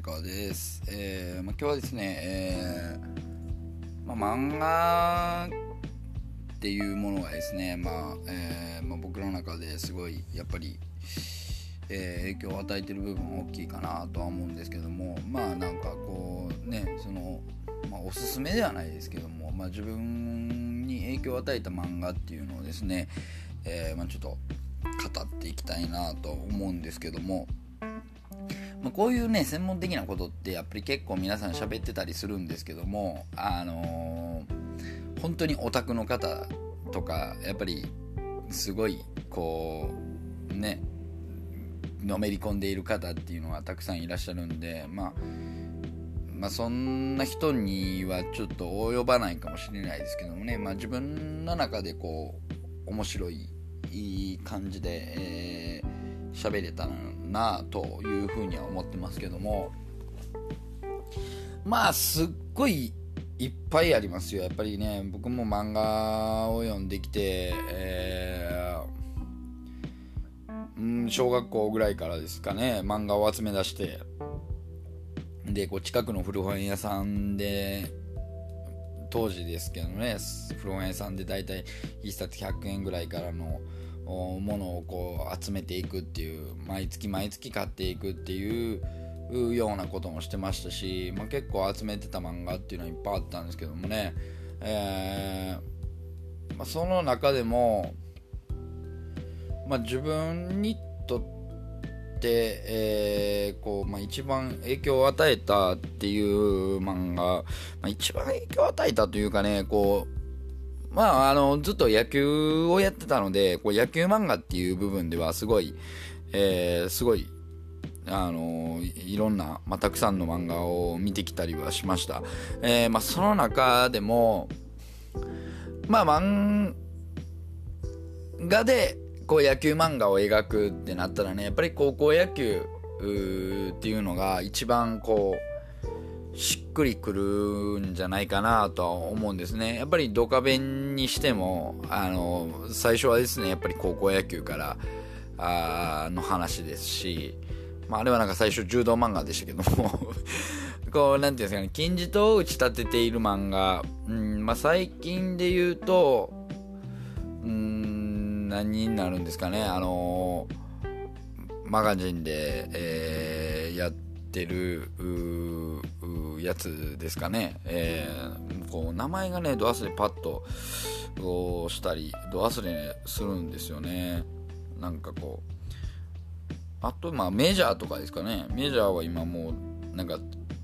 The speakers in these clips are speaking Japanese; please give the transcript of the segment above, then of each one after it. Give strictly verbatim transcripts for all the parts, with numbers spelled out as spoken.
川です。えーまあ、今日はですね、えーまあ、漫画っていうものがですね、まあえーまあ、僕の中ですごいやっぱり、えー、影響を与えている部分大きいかなとは思うんですけども、まあなんかこうね、その、まあ、おすすめではないですけども、まあ、自分に影響を与えた漫画っていうのをですね、えーまあ、ちょっと語っていきたいなと思うんですけども、まあ、こういうね専門的なことってやっぱり結構皆さん喋ってたりするんですけども、あのー、本当にオタクの方とかやっぱりすごいこうねのめり込んでいる方っていうのはたくさんいらっしゃるんで、まあまあ、そんな人にはちょっと及ばないかもしれないですけどもね、まあ、自分の中でこう面白いいい感じで、えー、喋れたなというふうには思ってますけども、まあすっごいいっぱいありますよ。やっぱりね、僕も漫画を読んできて、えーうん、小学校ぐらいからですかね、漫画を集め出して、でこう近くの古本屋さんで、当時ですけどね、古本屋さんでだいたいいっさつひゃくえんぐらいからのものをこう集めていくっていう、毎月毎月買っていくっていうようなこともしてましたし、まあ、結構集めてた漫画っていうのはいっぱいあったんですけどもね、えーまあ、その中でも、まあ、自分にとって、えーこうまあ、一番影響を与えたっていう漫画、まあ、一番影響を与えたというかね、こうまあ、あのずっと野球をやってたので、こう野球漫画っていう部分ではすごい、えー、すごいあのいろんな、まあ、たくさんの漫画を見てきたりはしました。えーまあ、その中でも、まあ、漫画でこう野球漫画を描くってなったらね、やっぱり高校野球っていうのが一番こうしっくりくるんじゃないかなとは思うんですね。やっぱりドカベンにしても、あの最初はですねやっぱり高校野球からあの話ですし、まあ、あれはなんか最初柔道漫画でしたけどもこうなんていうんですかね、金字塔を打ち立てている漫画、うんまあ、最近で言うとうん何になるんですかね、あのマガジンで、えー、やってるやつですかね、えー、こう名前がねど忘れパッとしたりど忘れするんですよね。なんかこうあとまあメジャーとかですかね。メジャーは今もうなんか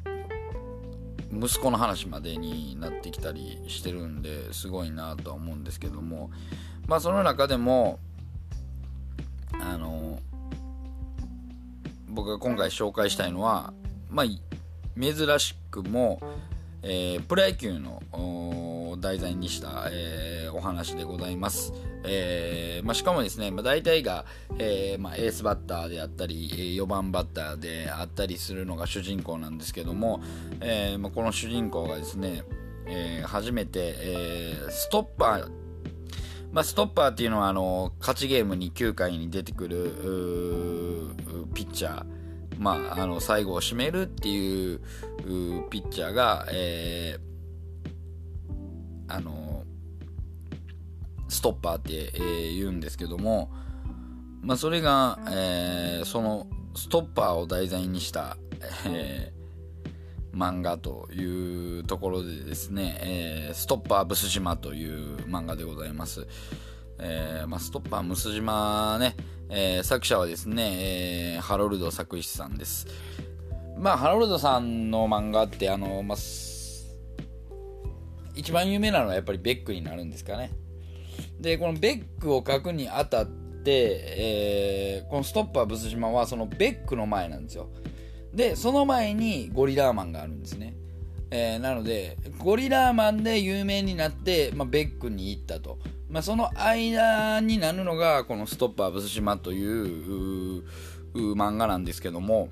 息子の話までになってきたりしてるんで、すごいなとは思うんですけども、まあその中でもあの僕が今回紹介したいのは、まあ珍しくも、えー、プロ野球の題材にした、えー、お話でございます。えーまあ、しかもですね、まあ、大体が、えーまあ、エースバッターであったりよばんバッターであったりするのが主人公なんですけども、えーまあ、この主人公がですね、えー、初めて、えー、ストッパー、まあ、ストッパーっていうのはあの勝ちゲームにきゅうかいに出てくるピッチャー、まあ、あの最後を締めるっていうピッチャーが、えー、あのストッパーって、えー、言うんですけども、まあ、それが、えー、そのストッパーを題材にした、えー、漫画というところでですね、えー、ストッパーブス島という漫画でございます。えーまあ、ストッパーブス島ね、えー、作者はですね、えー、ハロルド作石さんです。まあハロルドさんの漫画ってあの、まあ、一番有名なのはやっぱりベックになるんですかね。でこのベックを書くにあたって、えー、このストッパーブス島はそのベックの前なんですよ。でその前にゴリラーマンがあるんですね。えー、なのでゴリラーマンで有名になって、まあ、ベックに行ったと、まあ、その間になるのがこのストッパーブス島という漫画なんですけども、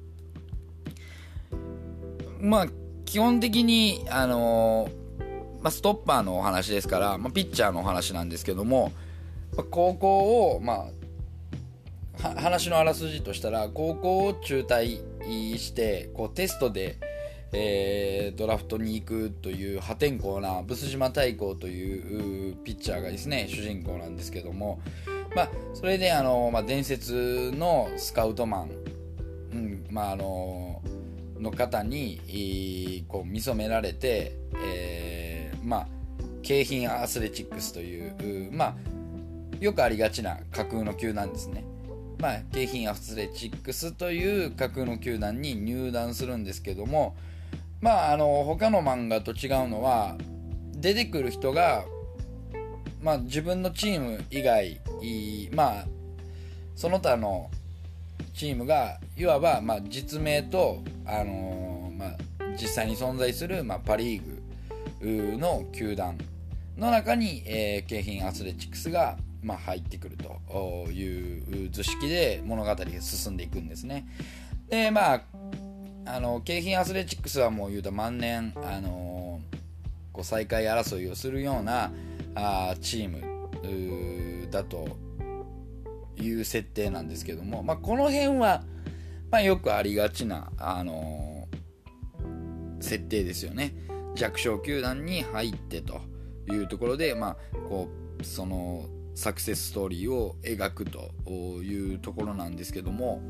まあ基本的にあのーまあ、ストッパーのお話ですから、まあ、ピッチャーのお話なんですけども、まあ、高校を、まあ、話のあらすじとしたら高校を中退してこうテストで、えー、ドラフトに行くという破天荒なブス島大光というピッチャーがですね主人公なんですけども、まあ、それであの、まあ、伝説のスカウトマン、うんまあ、あのの方にこう見初められて、えー、まあ京浜アスレチックスという、まあ、よくありがちな架空の球団ですね。まあ、京浜アスレチックスという架空の球団に入団するんですけども、まあ、あの他の漫画と違うのは出てくる人が、まあ、自分のチーム以外、まあ、その他のチームがいわば、まあ、実名と、あのーまあ、実際に存在する、まあ、パ・リーグの球団の中に、えー、京浜アスレチックスが、まあ、入ってくるという図式で物語が進んでいくんですね。でまああの京浜アスレチックスはもう言うと万年、あのー、こう最下位争いをするようなあーチームだという設定なんですけども、まあ、この辺は、まあ、よくありがちな、あのー、設定ですよね。弱小球団に入ってというところで、まあ、こうそのサクセスストーリーを描くというところなんですけども、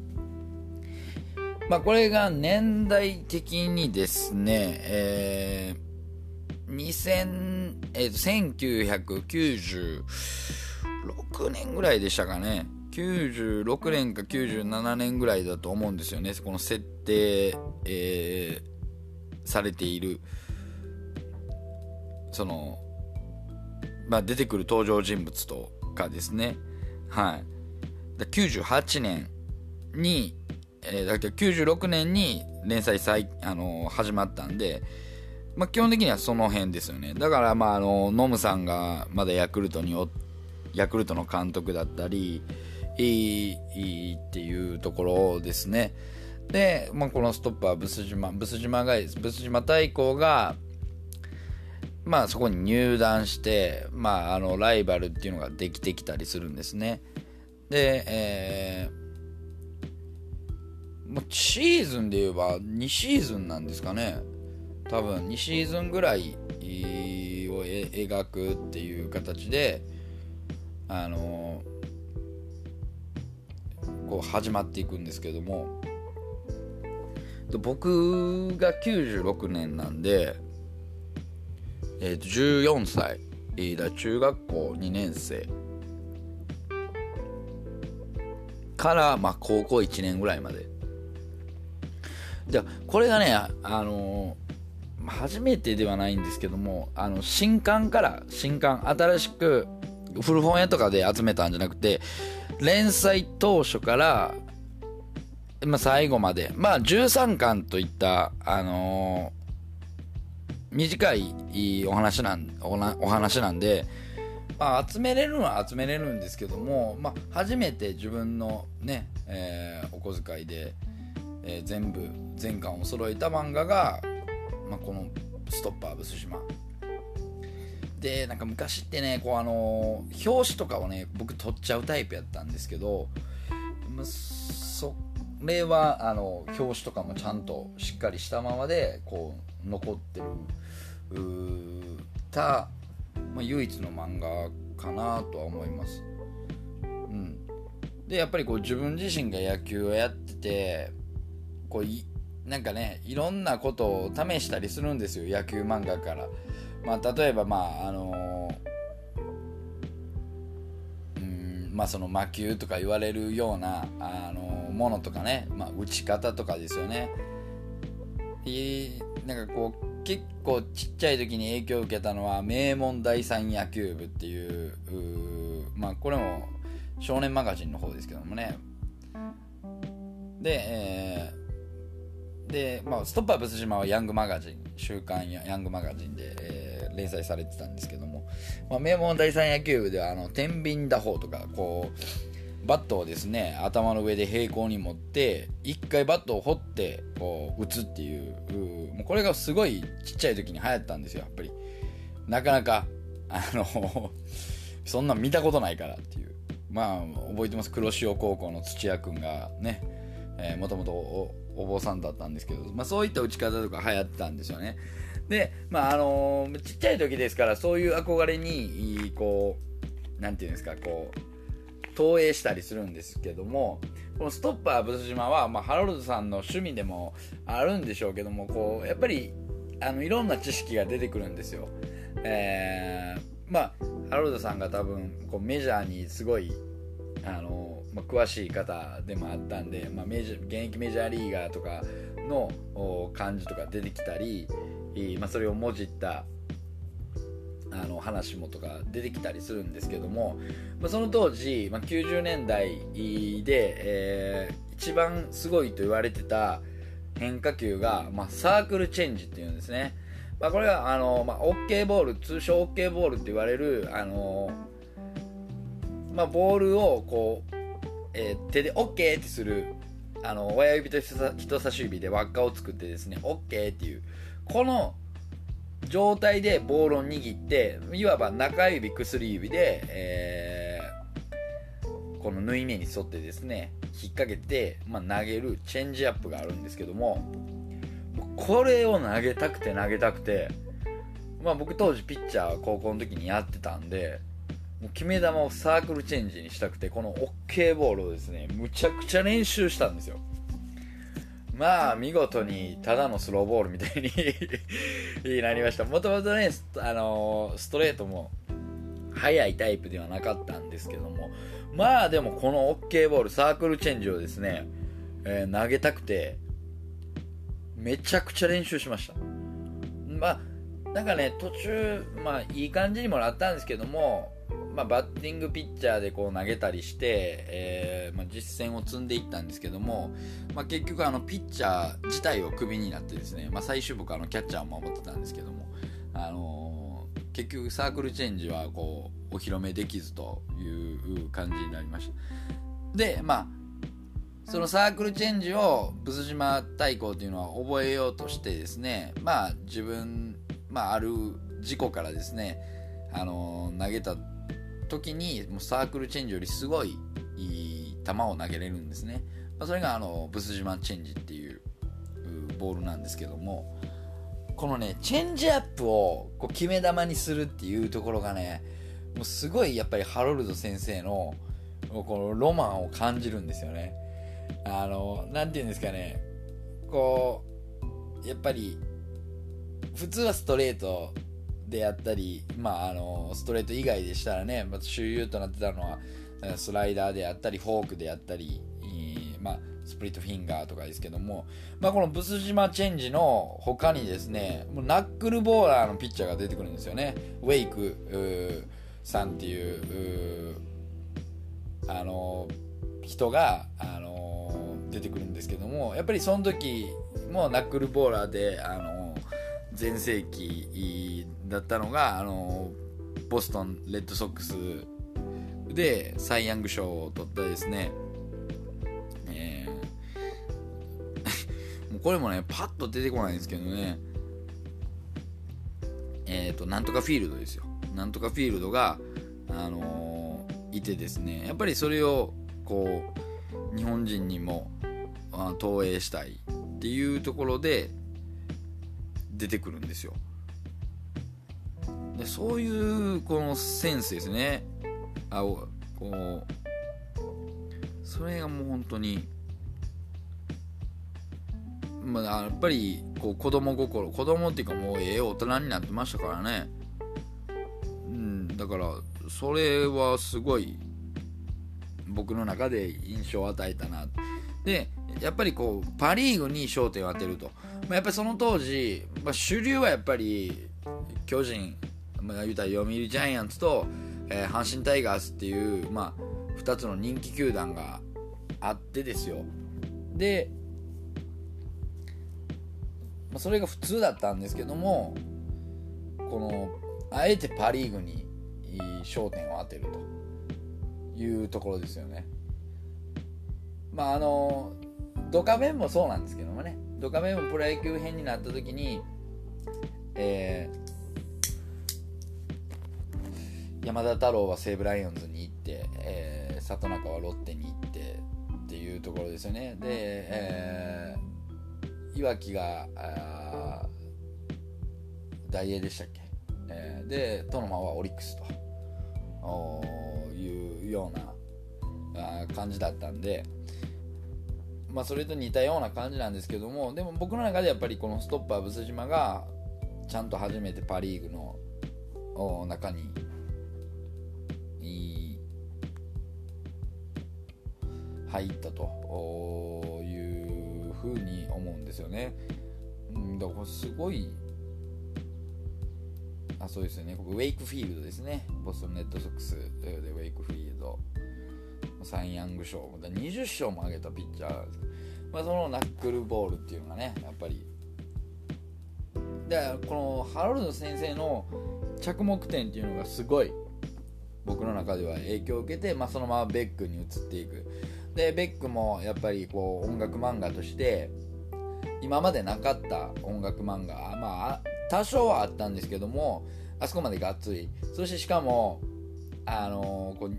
まあ、これが年代的にですね、えー、にせんえー、せんきゅうひゃくきゅうじゅうろくねんぐらいでしたかね。きゅうじゅうろくねんかきゅうじゅうななねんぐらいだと思うんですよね。この設定、えー、されているその、まあ、出てくる登場人物とかですね。はい。きゅうじゅうはちねんに、えー、だからきゅうじゅうろくねんに連載再、あのー、始まったんで、まあ、基本的にはその辺ですよね。だからまああのノムさんがまだヤクルトにおヤクルトの監督だったりいいいいっていうところですね。で、まあ、このストッパーブス島ブス島がブス島大光がまあそこに入団して、まあ、あのライバルっていうのができてきたりするんですね。で、えー、もうシーズンで言えばにシーズンなんですかね。多分にシーズンぐらいを描くっていう形で、あのー、こう始まっていくんですけども、僕がきゅうじゅうろくねんなんで、えー、とじゅうよんさいだ、中学校にねん生から、まあ、高校いちねんぐらいまでで、これがね、あのー初めてではないんですけども、あの新刊から新刊新しく古本屋とかで集めたんじゃなくて、連載当初から、まあ、最後まで、まあ、じゅうさんかんといった、あのー、短いお話なんおなお話なんで、まあ、集めれるのは集めれるんですけども、まあ、初めて自分のね、えー、お小遣いで、えー、全部全巻を揃えた漫画が、まあ、このストッパーブス島で、なんか昔ってね、こうあのー、表紙とかをね僕取っちゃうタイプやったんですけど、まあ、それはあの表紙とかもちゃんとしっかりしたままでこう残ってるた、まあ、唯一の漫画かなとは思います。うん、でやっぱりこう自分自身が野球をやってて、こういなんかね、いろんなことを試したりするんですよ、野球漫画から。まあ、例えばまああのー、うんまあその魔球とか言われるような、あのー、ものとかね、まあ、打ち方とかですよね。いなんかこう結構ちっちゃい時に影響を受けたのは名門第三野球部っていう、うまあこれも少年マガジンの方ですけどもね。で、えーでまあ、ストッパーブス島はヤングマガジン、週刊ヤングマガジンで、えー、連載されてたんですけども、まあ、名門第三野球部ではあの天秤打法とか、こうバットをですね頭の上で平行に持って一回バットを掘ってこう打つっていう、うもうこれがすごいちっちゃい時に流行ったんですよ。やっぱりなかなかあのそんなん見たことないからっていう、まあ覚えてます。黒潮高校の土屋くんがね、 もともとお坊さんだったんですけど、まあ、そういった打ち方とか流行ってたんですよね。で、まああのー、ちっちゃい時ですからそういう憧れにこうなんていうんですかこう投影したりするんですけども、このストッパーブス島は、まあ、ハロルドさんの趣味でもあるんでしょうけども、こうやっぱりあのいろんな知識が出てくるんですよ。えー、まあハロルドさんが多分こうメジャーにすごいあの、まあ、詳しい方でもあったんで、まあ、メジャー現役メジャーリーガーとかの漢字とか出てきたり、まあ、それをもじったあの話もとか出てきたりするんですけども、まあ、その当時、まあ、きゅうじゅうねんだいで、えー、一番すごいと言われてた変化球が、まあ、サークルチェンジっていうんですね。まあ、これはあの、まあ、OK ボール、通称 OK ボールって言われるあの、まあ、ボールをこう、えー、手で OK ってするあの親指と人差し指で輪っかを作ってですね OK っていうこの状態でボールを握っていわば中指薬指で、えー、この縫い目に沿ってですね引っ掛けて、まあ、投げるチェンジアップがあるんですけども、これを投げたくて投げたくて、まあ、僕当時ピッチャー高校の時にやってたんでもう決め球をサークルチェンジにしたくてこの OK ボールをですねむちゃくちゃ練習したんですよ。まあ見事にただのスローボールみたいになりました。もともとねあのー、ストレートも速いタイプではなかったんですけども、まあでもこの OK ボールサークルチェンジをですね、えー、投げたくてめちゃくちゃ練習しました。まあなんかね途中まあいい感じにもなったんですけども、まあ、バッティングピッチャーでこう投げたりして、えーまあ、実戦を積んでいったんですけども、まあ、結局あのピッチャー自体をクビになってですね、まあ、最終僕あのキャッチャーを守ってたんですけども、あのー、結局サークルチェンジはこうお披露目できずという感じになりました。でまあそのサークルチェンジをブス島対抗というのは覚えようとしてですね、まあ自分、まあ、ある事故からですね、あのー、投げた時にもうサークルチェンジよりすごいいい球を投げれるんですね。まあ、それがあのブス島チェンジっていうボールなんですけども、このねチェンジアップをこう決め球にするっていうところがねもうすごいやっぱりハロルド先生のこのロマンを感じるんですよね。あのなんていうんですかね、こうやっぱり普通はストレートであったり、まあ、あのストレート以外でしたらね、まあ、主流となってたのはスライダーであったりフォークであったり、まあ、スプリットフィンガーとかですけども、まあ、このブス島チェンジの他にですねもうナックルボーラーのピッチャーが出てくるんですよね。ウェイクさんっていうあの人があの出てくるんですけども、やっぱりその時もナックルボーラーであの全盛期だったのがあのボストンレッドソックスでサイ・ヤング賞を取ったですね、えー、もうこれもねパッと出てこないんですけどね、えーとなんとかフィールドですよ。なんとかフィールドが、あのー、いてですね、やっぱりそれをこう日本人にも投影したいっていうところで出てくるんですよ。でそういうこのセンスですね。あこうそれがもう本当に、まあ、やっぱりこう子供心子供っていうかもうええ大人になってましたからね、うん、だからそれはすごい僕の中で印象を与えたな。でやっぱりこうパ・リーグに焦点を当てると、まあ、やっぱりその当時、まあ、主流はやっぱり巨人、まあ、言うたら読売ジャイアンツと、えー、阪神タイガースっていう、まあ、ふたつの人気球団があってですよ。で、まあ、それが普通だったんですけども、このあえてパ・リーグに焦点を当てるというところですよね。まああのドカベンもそうなんですけどもね、ドカベンもプロ野球編になった時に、えー、山田太郎は西武ライオンズに行って、えー、里中はロッテに行ってっていうところですよね。で、えー、いわきが大英でしたっけ、えー、でトノマはオリックスというような感じだったんで、まあ、それと似たような感じなんですけども、でも僕の中でやっぱりこのストッパーブス島がちゃんと初めてパリーグの中に入ったというふうに思うんですよね。だからすごい、あ、そうですよね、ここウェイクフィールドですね、ボストンレッドソックスでウェイクフィールドサイ・ヤング賞にじゅっしょうも挙げたピッチャー、まあ、そのナックルボールっていうのがね、やっぱりでこのハロルド先生の着目点っていうのがすごい僕の中では影響を受けて、まあ、そのままベックに移っていく。でベックもやっぱりこう音楽漫画として今までなかった音楽漫画、まあ多少はあったんですけども、あそこまでがっつり、そしてしかもあのー、こう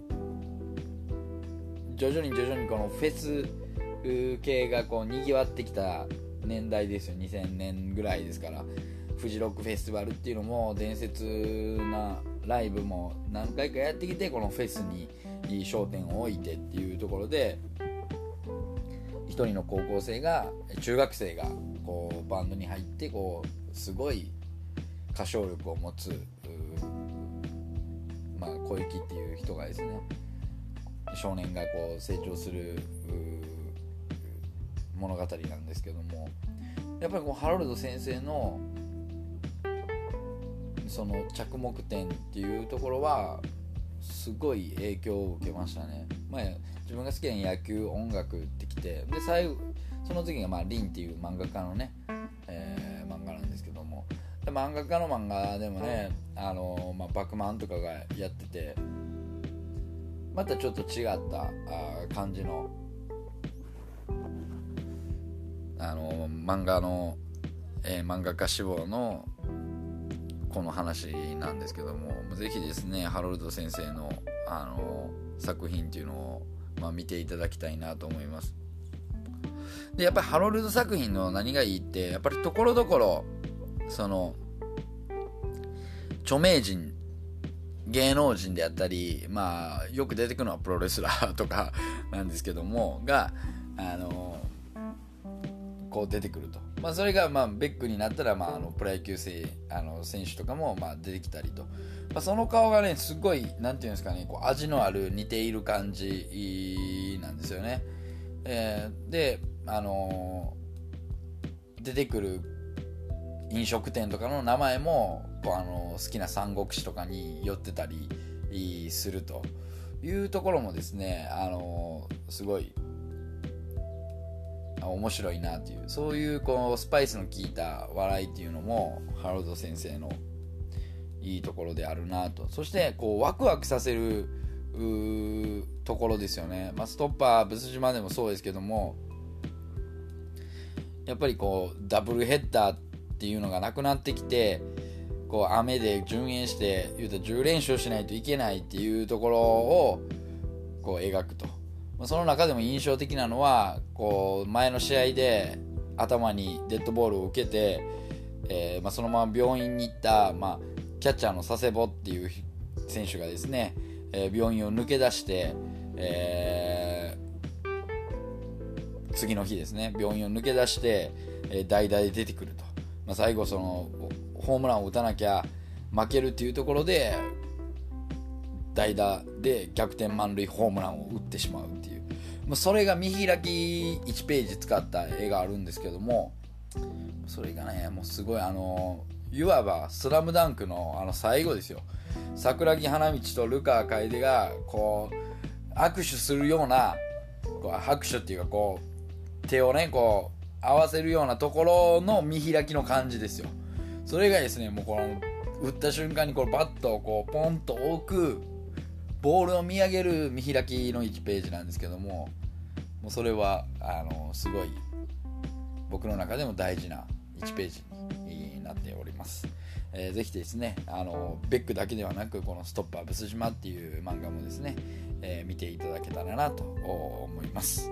徐々に徐々にこのフェス系がこうにぎわってきた年代ですよ。にせんねんぐらいですから、フジロックフェスティバルっていうのも伝説なライブも何回かやってきて、このフェスに焦点を置いてっていうところで、一人の高校生が中学生がこうバンドに入ってこうすごい歌唱力を持つ、まあ、小雪っていう人がですね、少年がこう成長する物語なんですけども、やっぱりこうハロルド先生のその着目点っていうところはすごい影響を受けましたね。まあ、自分が好きな野球音楽ってきて、で最後その次がまあリンっていう漫画家のね、えー、漫画なんですけども、で漫画家の漫画でもね、あの、まあ、バクマンとかがやっててまたちょっと違ったあ感じのあの漫画の、えー、漫画家志望のこの話なんですけども、ぜひですねハロルド先生の、あの作品っていうのを、まあ、見ていただきたいなと思います。でやっぱりハロルド作品の何がいいって、やっぱりところどころその著名人芸能人であったり、まあよく出てくるのはプロレスラーとかなんですけどもが、あのこう出てくると、まあ、それがまあベックになったら、まあ、あのプロ野球生あの選手とかもまあ出てきたりと、まあ、その顔がねすごいなんていうんですかね、こう味のある似ている感じなんですよね。えー、で、あのー、出てくる飲食店とかの名前もこう、あのー、好きな三国志とかに寄ってたりするというところもですね、あのー、すごい面白いなっていう、そういうこうスパイスの効いた笑いっていうのもハロルド先生のいいところであるなと。そしてこうワクワクさせるところですよね。まあ、ストッパーブス島でもそうですけども、やっぱりこうダブルヘッダーっていうのがなくなってきて、こう雨で順延して言うとじゅうれんしょうしないといけないっていうところをこう描くと。その中でも印象的なのはこう前の試合で頭にデッドボールを受けて、えーまあ、そのまま病院に行った、まあ、キャッチャーの佐世保っていう選手がですね、えー、病院を抜け出して、えー、次の日ですね病院を抜け出して、えー、代打で出てくると、まあ、最後そのホームランを打たなきゃ負けるっていうところで代打で逆転満塁ホームランを打ってしまうっていう、まあ、それが見開きいちページ使った絵があるんですけども、それがねもうすごい、あのいわばスラムダンクのあの最後ですよ。桜木花道と流川楓がこう握手するようなこう拍手っていうかこう手をねこう合わせるようなところの見開きの感じですよ。それがですねもうこの打った瞬間にこうバットをこうポンと置くボールを見上げる見開きのいちページなんですけども、もうそれはあのすごい僕の中でも大事ないちページになっております。えー、ぜひですねあのベックだけではなくこのストッパーブス島っていう漫画もですね、えー、見ていただけたらなと思います。